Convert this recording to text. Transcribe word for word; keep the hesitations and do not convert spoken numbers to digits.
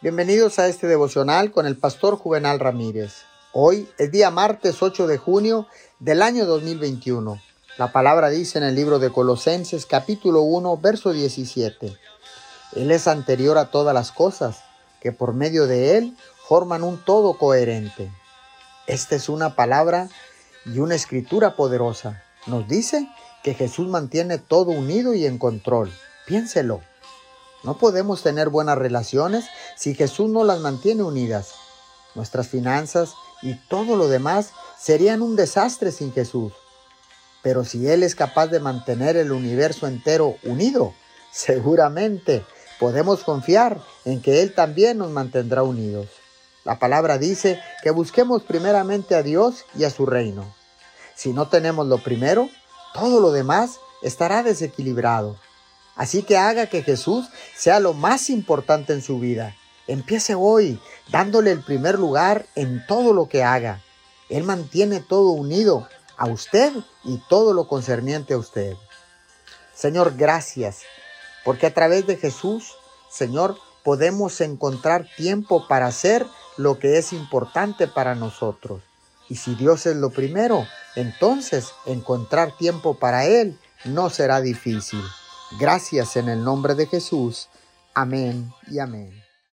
Bienvenidos a este devocional con el pastor Juvenal Ramírez. Hoy es día martes ocho de junio del año dos mil veintiuno. La palabra dice en el libro de Colosenses capítulo uno, verso diecisiete. Él es anterior a todas las cosas, que por medio de Él forman un todo coherente. Esta es una palabra y una escritura poderosa. Nos dice que Jesús mantiene todo unido y en control. Piénselo. No podemos tener buenas relaciones si Jesús no las mantiene unidas. Nuestras finanzas y todo lo demás serían un desastre sin Jesús. Pero si Él es capaz de mantener el universo entero unido, seguramente podemos confiar en que Él también nos mantendrá unidos. La palabra dice que busquemos primeramente a Dios y a su reino. Si no tenemos lo primero, todo lo demás estará desequilibrado. Así que haga que Jesús sea lo más importante en su vida. Empiece hoy dándole el primer lugar en todo lo que haga. Él mantiene todo unido a usted y todo lo concerniente a usted. Señor, gracias, porque a través de Jesús, Señor, podemos encontrar tiempo para hacer lo que es importante para nosotros. Y si Dios es lo primero, entonces encontrar tiempo para Él no será difícil. Gracias en el nombre de Jesús. Amén y amén.